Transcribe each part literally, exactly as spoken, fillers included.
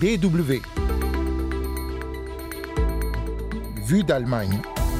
D W. Vue d'Allemagne.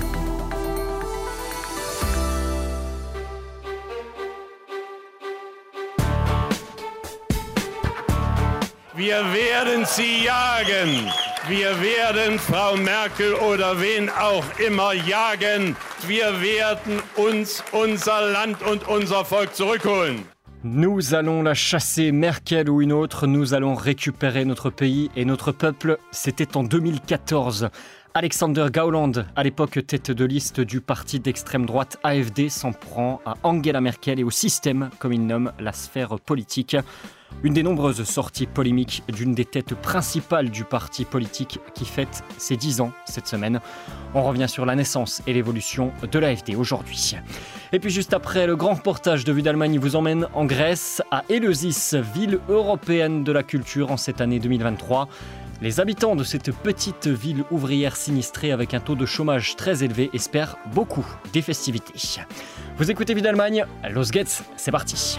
Wir werden sie jagen. Wir werden Frau Merkel oder wen auch immer jagen. Wir werden uns unser Land und unser Volk zurückholen. Nous allons la chasser, Merkel ou une autre, nous allons récupérer notre pays et notre peuple. C'était en deux mille quatorze. Alexander Gauland, à l'époque tête de liste du parti d'extrême droite A F D, s'en prend à Angela Merkel et au système, comme il nomme la sphère politique. Une des nombreuses sorties polémiques d'une des têtes principales du parti politique qui fête ses dix ans cette semaine. On revient sur la naissance et l'évolution de l'A F D aujourd'hui. Et puis juste après, le grand reportage de Vue d'Allemagne vous emmène en Grèce, à Éleusis, ville européenne de la culture en cette année deux mille vingt-trois. Les habitants de cette petite ville ouvrière sinistrée avec un taux de chômage très élevé espèrent beaucoup des festivités. Vous écoutez Vue d'Allemagne, Los Geht's, c'est parti.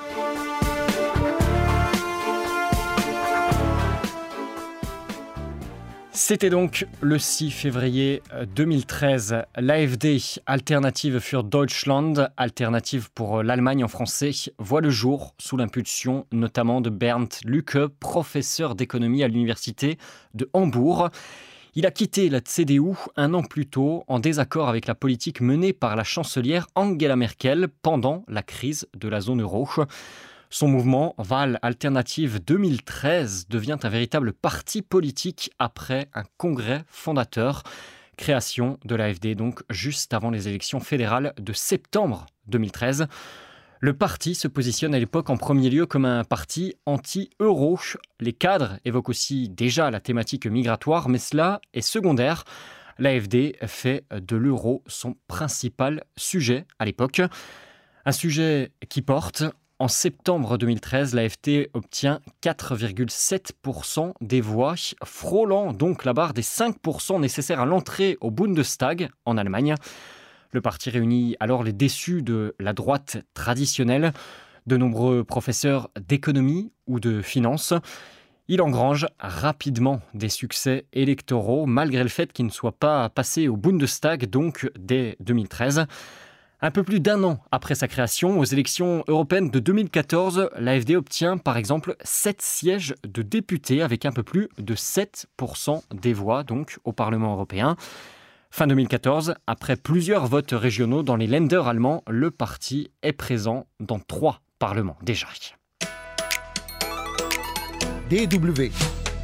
C'était donc le six février deux mille treize. L'A F D, Alternative für Deutschland, alternative pour l'Allemagne en français, voit le jour sous l'impulsion notamment de Bernd Lücke, professeur d'économie à l'université de Hambourg. Il a quitté la C D U un an plus tôt en désaccord avec la politique menée par la chancelière Angela Merkel pendant la crise de la zone euro. Son mouvement, Wahl Alternative deux mille treize, devient un véritable parti politique après un congrès fondateur. Création de l'A F D donc juste avant les élections fédérales de septembre deux mille treize. Le parti se positionne à l'époque en premier lieu comme un parti anti-euro. Les cadres évoquent aussi déjà la thématique migratoire, mais cela est secondaire. L'A F D fait de l'euro son principal sujet à l'époque. Un sujet qui porte... En septembre deux mille treize, l'A F D obtient quatre virgule sept pour cent des voix, frôlant donc la barre des cinq pour cent nécessaires à l'entrée au Bundestag en Allemagne. Le parti réunit alors les déçus de la droite traditionnelle, de nombreux professeurs d'économie ou de finance. Il engrange rapidement des succès électoraux, malgré le fait qu'il ne soit pas passé au Bundestag, donc dès deux mille treize. Un peu plus d'un an après sa création, aux élections européennes de deux mille quatorze, l'A F D obtient par exemple sept sièges de députés avec un peu plus de sept pour cent des voix donc au Parlement européen. Fin deux mille quatorze, après plusieurs votes régionaux dans les Länder allemands, le parti est présent dans trois parlements déjà. D W.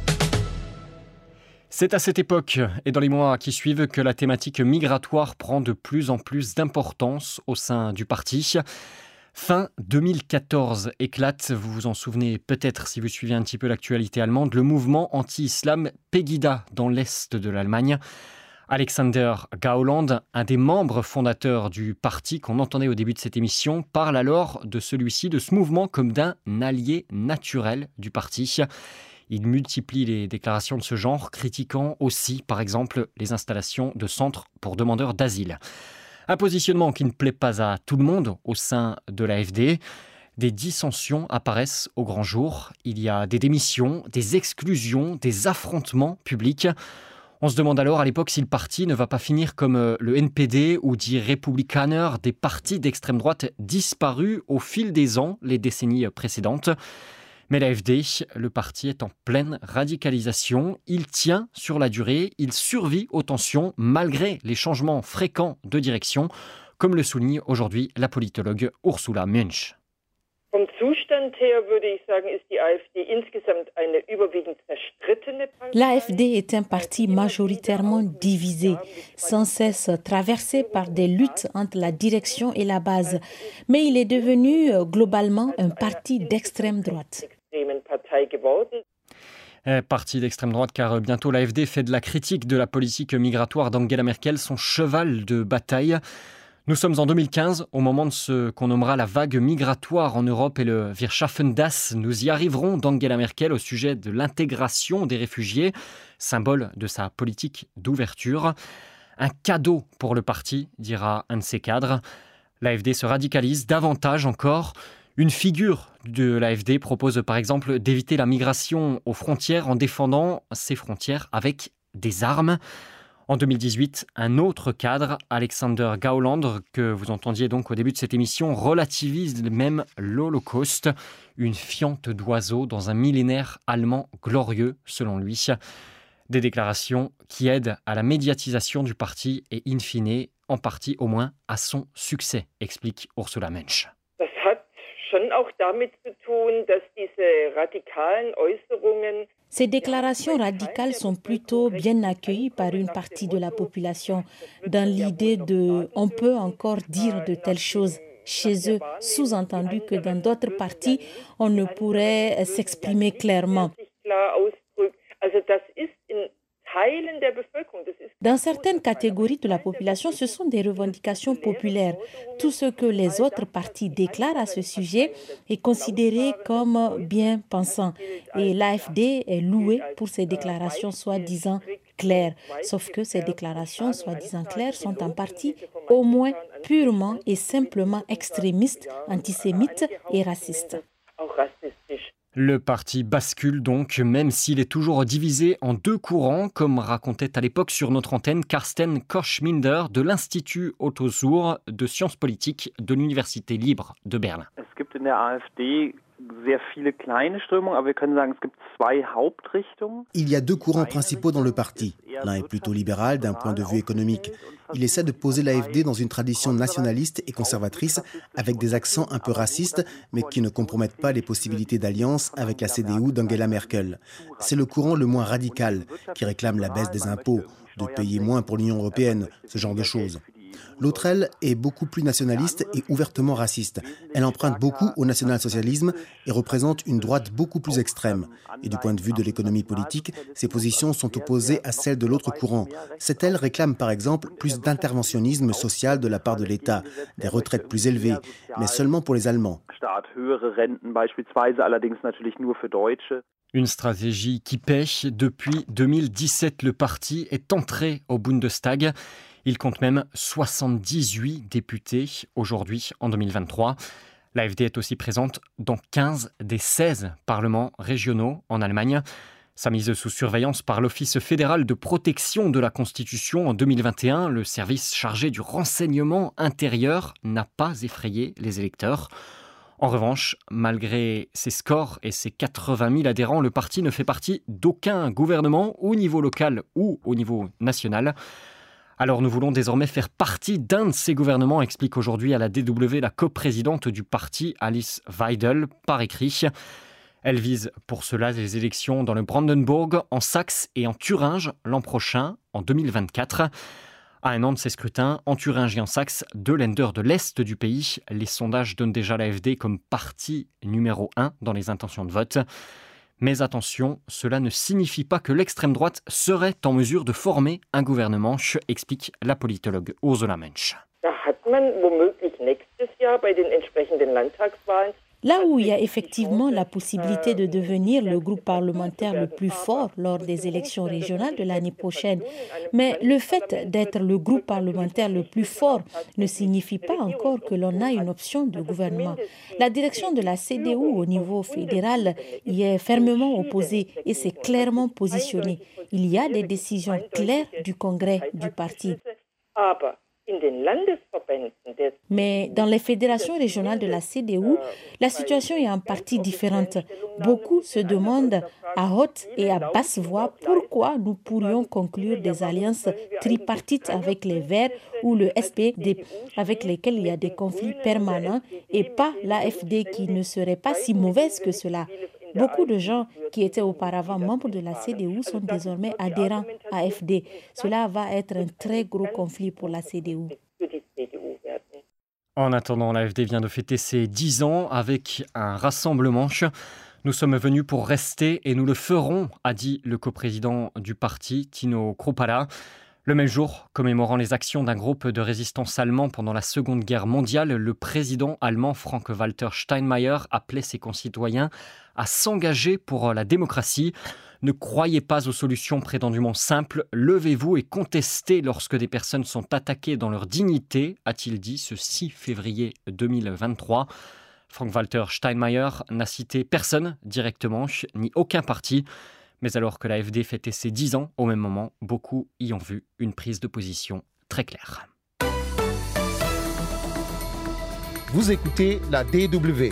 C'est à cette époque et dans les mois qui suivent que la thématique migratoire prend de plus en plus d'importance au sein du parti. Fin deux mille quatorze éclate, vous vous en souvenez peut-être si vous suivez un petit peu l'actualité allemande, le mouvement anti-islam Pegida dans l'est de l'Allemagne. Alexander Gauland, un des membres fondateurs du parti qu'on entendait au début de cette émission, parle alors de celui-ci, de ce mouvement comme d'un allié naturel du parti. Il multiplie les déclarations de ce genre, critiquant aussi, par exemple, les installations de centres pour demandeurs d'asile. Un positionnement qui ne plaît pas à tout le monde au sein de l'A F D. Des dissensions apparaissent au grand jour. Il y a des démissions, des exclusions, des affrontements publics. On se demande alors à l'époque si le parti ne va pas finir comme le N P D ou Die Republikaner, des partis d'extrême droite disparus au fil des ans, les décennies précédentes. Mais l'A F D, le parti est en pleine radicalisation. Il tient sur la durée, il survit aux tensions malgré les changements fréquents de direction, comme le souligne aujourd'hui la politologue Ursula Münch. Vom Zustand her würde ich sagen, ist die A F D insgesamt eine überwiegend zerstrittene Partei. L'A F D est un parti majoritairement divisé, sans cesse traversé par des luttes entre la direction et la base. Mais il est devenu globalement un parti d'extrême droite. Eh, parti d'extrême droite car bientôt l'A F D fait de la critique de la politique migratoire d'Angela Merkel son cheval de bataille. Nous sommes en deux mille quinze, au moment de ce qu'on nommera la vague migratoire en Europe et le Wir schaffen das. Nous y arriverons d'Angela Merkel au sujet de l'intégration des réfugiés, symbole de sa politique d'ouverture. Un cadeau pour le parti, dira un de ses cadres. L'A F D se radicalise davantage encore. Une figure de l'A F D propose par exemple d'éviter la migration aux frontières en défendant ces frontières avec des armes. En deux mille dix-huit, un autre cadre, Alexander Gauland, que vous entendiez donc au début de cette émission, relativise même l'Holocauste, une fiente d'oiseau dans un millénaire allemand glorieux, selon lui. Des déclarations qui aident à la médiatisation du parti et, in fine, en partie au moins, à son succès, explique Ursula Mensch. Das hat schon auch damit zu tun, dass diese radikalen Äußerungen Ces déclarations radicales sont plutôt bien accueillies par une partie de la population dans l'idée de « on peut encore dire de telles choses » chez eux, sous-entendu que dans d'autres partis, on ne pourrait s'exprimer clairement. Dans certaines catégories de la population, ce sont des revendications populaires. Tout ce que les autres partis déclarent à ce sujet est considéré comme bien pensant. Et l'A F D est louée pour ses déclarations soi-disant claires. Sauf que ces déclarations soi-disant claires sont en partie au moins purement et simplement extrémistes, antisémites et racistes. Le parti bascule donc, même s'il est toujours divisé en deux courants, comme racontait à l'époque sur notre antenne Carsten Koch-Minder de l'Institut Otto Suhr de sciences politiques de l'Université libre de Berlin. Es gibt in der AfD sehr viele kleine Strömungen, aber wir können sagen, es gibt zwei Hauptrichtungen. Il y a deux courants principaux dans le parti. L'un est plutôt libéral d'un point de vue économique. Il essaie de poser l'A F D dans une tradition nationaliste et conservatrice avec des accents un peu racistes, mais qui ne compromettent pas les possibilités d'alliance avec la C D U d'Angela Merkel. C'est le courant le moins radical, qui réclame la baisse des impôts, de payer moins pour l'Union européenne, ce genre de choses. L'autre aile est beaucoup plus nationaliste et ouvertement raciste. Elle emprunte beaucoup au national-socialisme et représente une droite beaucoup plus extrême. Et du point de vue de l'économie politique, ses positions sont opposées à celles de l'autre courant. Cette aile réclame par exemple plus d'interventionnisme social de la part de l'État, des retraites plus élevées, mais seulement pour les Allemands. Une stratégie qui pêche. Depuis deux mille dix-sept, le parti est entré au Bundestag. Il compte même soixante-dix-huit députés aujourd'hui en deux mille vingt-trois. L'A F D est aussi présente dans quinze des seize parlements régionaux en Allemagne. Sa mise sous surveillance par l'Office fédéral de protection de la Constitution en deux mille vingt et un, le service chargé du renseignement intérieur n'a pas effrayé les électeurs. En revanche, malgré ses scores et ses quatre-vingt mille adhérents, le parti ne fait partie d'aucun gouvernement au niveau local ou au niveau national. Alors nous voulons désormais faire partie d'un de ces gouvernements, explique aujourd'hui à la D W la coprésidente du parti, Alice Weidel, par écrit. Elle vise pour cela les élections dans le Brandenburg, en Saxe et en Thuringe l'an prochain, en deux mille vingt-quatre. À un an de ces scrutins, en Thuringe et en Saxe, deux Länder de l'Est du pays, les sondages donnent déjà l'A F D comme parti numéro un dans les intentions de vote. Mais attention, cela ne signifie pas que l'extrême droite serait en mesure de former un gouvernement, explique la politologue Ursula Mensch. Da hat man womöglich nächstes Jahr bei den entsprechenden Landtagswahlen. Là où il y a effectivement la possibilité de devenir le groupe parlementaire le plus fort lors des élections régionales de l'année prochaine. Mais le fait d'être le groupe parlementaire le plus fort ne signifie pas encore que l'on a une option de gouvernement. La direction de la C D U au niveau fédéral y est fermement opposée et s'est clairement positionnée. Il y a des décisions claires du congrès du parti. Mais dans les fédérations régionales de la C D U, la situation est en partie différente. Beaucoup se demandent à haute et à basse voix pourquoi nous pourrions conclure des alliances tripartites avec les Verts ou le S P D, avec lesquels il y a des conflits permanents, et pas l'A F D qui ne serait pas si mauvaise que cela. Beaucoup de gens qui étaient auparavant membres de la C D U sont désormais adhérents à A F D. Cela va être un très gros conflit pour la C D U. En attendant, l'A F D vient de fêter ses dix ans avec un rassemblement. Nous sommes venus pour rester et nous le ferons, a dit le coprésident du parti, Tino Kruppala. Le même jour, commémorant les actions d'un groupe de résistance allemand pendant la Seconde Guerre mondiale, le président allemand Frank-Walter Steinmeier appelait ses concitoyens à s'engager pour la démocratie. Ne croyez pas aux solutions prétendument simples, levez-vous et contestez lorsque des personnes sont attaquées dans leur dignité, a-t-il dit ce six février deux mille vingt-trois. Frank-Walter Steinmeier n'a cité personne directement, ni aucun parti. Mais alors que l'A F D fêtait ses dix ans au même moment, beaucoup y ont vu une prise de position très claire. Vous écoutez la D W.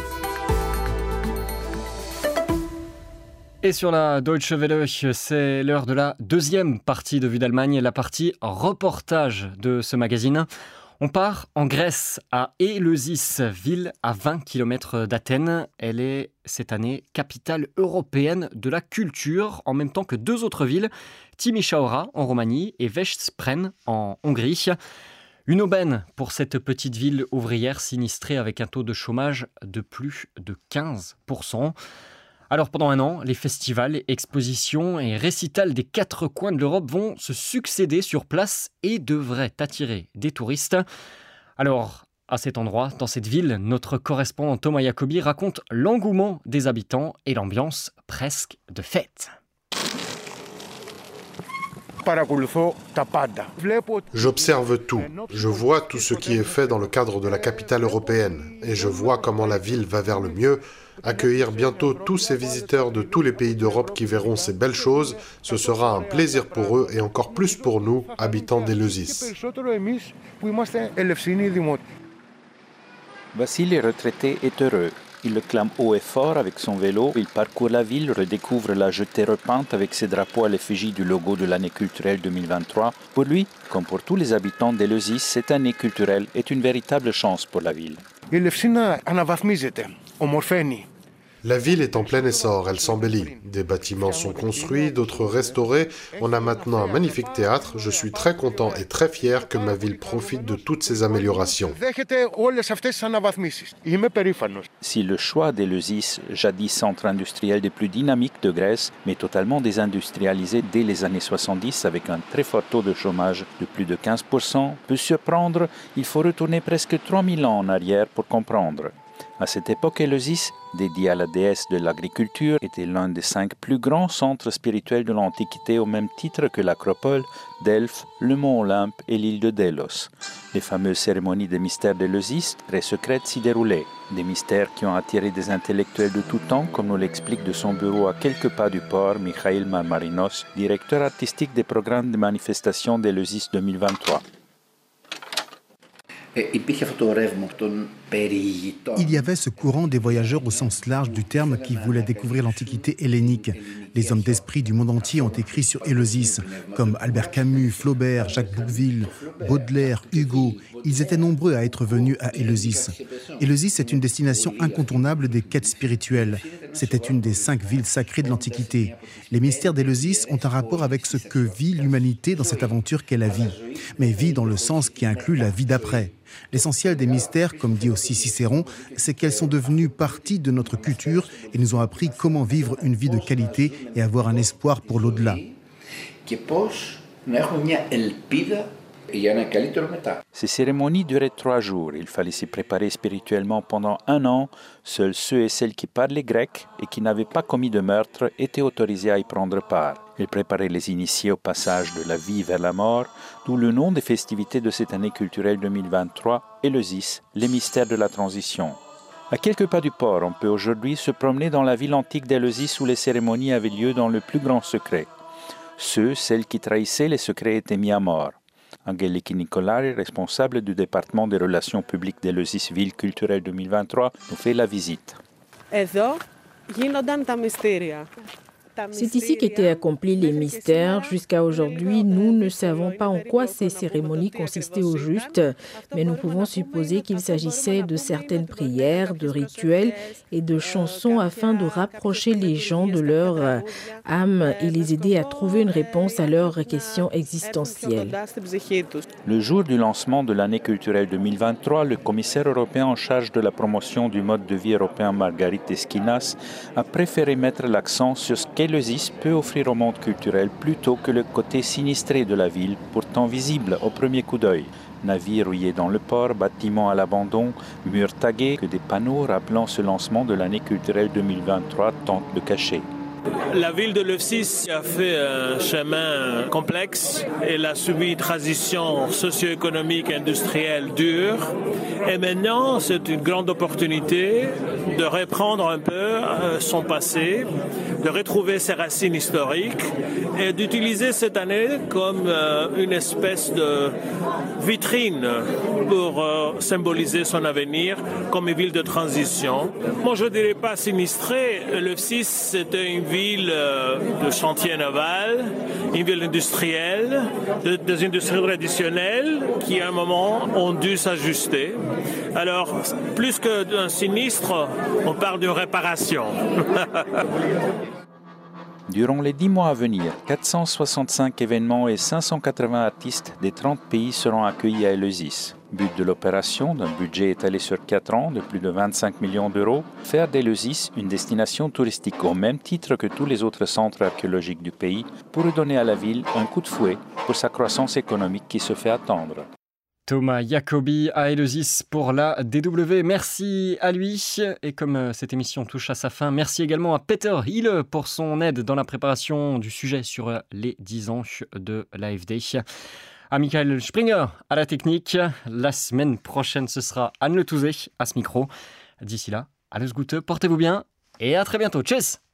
Et sur la Deutsche Welle, c'est l'heure de la deuxième partie de Vue d'Allemagne, la partie reportage de ce magazine. On part en Grèce, à Éleusis, ville à vingt kilomètres d'Athènes. Elle est cette année capitale européenne de la culture, en même temps que deux autres villes, Timișoara en Roumanie et Veszprém en Hongrie. Une aubaine pour cette petite ville ouvrière sinistrée avec un taux de chômage de plus de quinze pour cent. Alors pendant un an, les festivals, expositions et récitals des quatre coins de l'Europe vont se succéder sur place et devraient attirer des touristes. Alors, à cet endroit, dans cette ville, notre correspondant Thomas Jacobi raconte l'engouement des habitants et l'ambiance presque de fête. J'observe tout. Je vois tout ce qui est fait dans le cadre de la capitale européenne et je vois comment la ville va vers le mieux. Accueillir bientôt tous ces visiteurs de tous les pays d'Europe qui verront ces belles choses, ce sera un plaisir pour eux et encore plus pour nous, habitants d'Éleusis. Vassil est retraité et heureux. Il le clame haut et fort avec son vélo. Il parcourt la ville, redécouvre la jetée repeinte avec ses drapeaux à l'effigie du logo de l'année culturelle deux mille vingt-trois. Pour lui, comme pour tous les habitants d'Éleusis, cette année culturelle est une véritable chance pour la ville. La ville est en plein essor, elle s'embellit. Des bâtiments sont construits, d'autres restaurés. On a maintenant un magnifique théâtre. Je suis très content et très fier que ma ville profite de toutes ces améliorations. Si le choix d'Éleusis, jadis centre industriel des plus dynamiques de Grèce, mais totalement désindustrialisé dès les années soixante-dix avec un très fort taux de chômage de plus de quinze pour cent, peut surprendre, il faut retourner presque trois mille ans en arrière pour comprendre. À cette époque, Éleusis, dédié à la déesse de l'agriculture, était l'un des cinq plus grands centres spirituels de l'Antiquité au même titre que l'Acropole, Delphes, le mont Olympe et l'île de Délos. Les fameuses cérémonies des mystères d'Éleusis, très secrètes, s'y déroulaient. Des mystères qui ont attiré des intellectuels de tout temps, comme nous l'explique de son bureau à quelques pas du port Mikhail Marmarinos, directeur artistique des programmes de manifestation d'Éleusis deux mille vingt-trois. Il y avait ce courant des voyageurs au sens large du terme qui voulaient découvrir l'Antiquité hellénique. Les hommes d'esprit du monde entier ont écrit sur Éleusis, comme Albert Camus, Flaubert, Jacques Bourvil, Baudelaire, Hugo. Ils étaient nombreux à être venus à Éleusis. Éleusis est une destination incontournable des quêtes spirituelles. C'était une des cinq villes sacrées de l'Antiquité. Les mystères d'Éleusis ont un rapport avec ce que vit l'humanité dans cette aventure qu'est la vie. Mais vie dans le sens qui inclut la vie d'après. L'essentiel des mystères, comme dit aussi Cicéron, c'est qu'elles sont devenues partie de notre culture et nous ont appris comment vivre une vie de qualité et avoir un espoir pour l'au-delà. Ces cérémonies duraient trois jours. Il fallait s'y préparer spirituellement pendant un an. Seuls ceux et celles qui parlaient grec et qui n'avaient pas commis de meurtre étaient autorisés à y prendre part. Ils préparaient les initiés au passage de la vie vers la mort, d'où le nom des festivités de cette année culturelle deux mille vingt-trois, Éleusis, les mystères de la transition. À quelques pas du port, on peut aujourd'hui se promener dans la ville antique d'Éleusis où les cérémonies avaient lieu dans le plus grand secret. Ceux, celles qui trahissaient les secrets étaient mis à mort. Angeliki Nicolari, responsable du département des relations publiques d'Éleusis Ville culturelle deux mille vingt-trois, nous fait la visite. C'est ici qu'étaient accomplis les mystères. Jusqu'à aujourd'hui, nous ne savons pas en quoi ces cérémonies consistaient au juste, mais nous pouvons supposer qu'il s'agissait de certaines prières, de rituels et de chansons afin de rapprocher les gens de leur âme et les aider à trouver une réponse à leurs questions existentielles. Le jour du lancement de l'année culturelle deux mille vingt-trois, le commissaire européen en charge de la promotion du mode de vie européen, Margarita Eskinas, a préféré mettre l'accent sur ce qu'est Éleusis peut offrir au monde culturel plutôt que le côté sinistré de la ville, pourtant visible au premier coup d'œil. Navires rouillés dans le port, bâtiments à l'abandon, murs tagués que des panneaux rappelant ce lancement de l'année culturelle deux mille vingt-trois tentent de cacher. La ville de Lefsis a fait un chemin complexe. Elle a subi une transition socio-économique industrielle dure. Et maintenant, c'est une grande opportunité de reprendre un peu son passé, de retrouver ses racines historiques et d'utiliser cette année comme une espèce de vitrine pour symboliser son avenir comme une ville de transition. Moi, je ne dirais pas sinistrée. Lefsis, c'était une ville de chantier naval, une ville industrielle, de, des industries traditionnelles qui, à un moment, ont dû s'ajuster. Alors, plus que d'un sinistre, on parle d'une réparation. Durant les dix mois à venir, quatre cent soixante-cinq événements et cinq cent quatre-vingts artistes des trente pays seront accueillis à Éleusis. But de l'opération, d'un budget étalé sur quatre ans de plus de vingt-cinq millions d'euros, faire d'Éleusis une destination touristique au même titre que tous les autres centres archéologiques du pays pour redonner à la ville un coup de fouet pour sa croissance économique qui se fait attendre. Thomas Jacobi à Éleusis pour la D W. Merci à lui. Et comme cette émission touche à sa fin, merci également à Peter Hille pour son aide dans la préparation du sujet sur les dix ans de l'A F D. À Michael Springer à la technique. La semaine prochaine, ce sera Anne Le Touzé à ce micro. D'ici là, alles Gute, portez-vous bien et à très bientôt. Tchuss!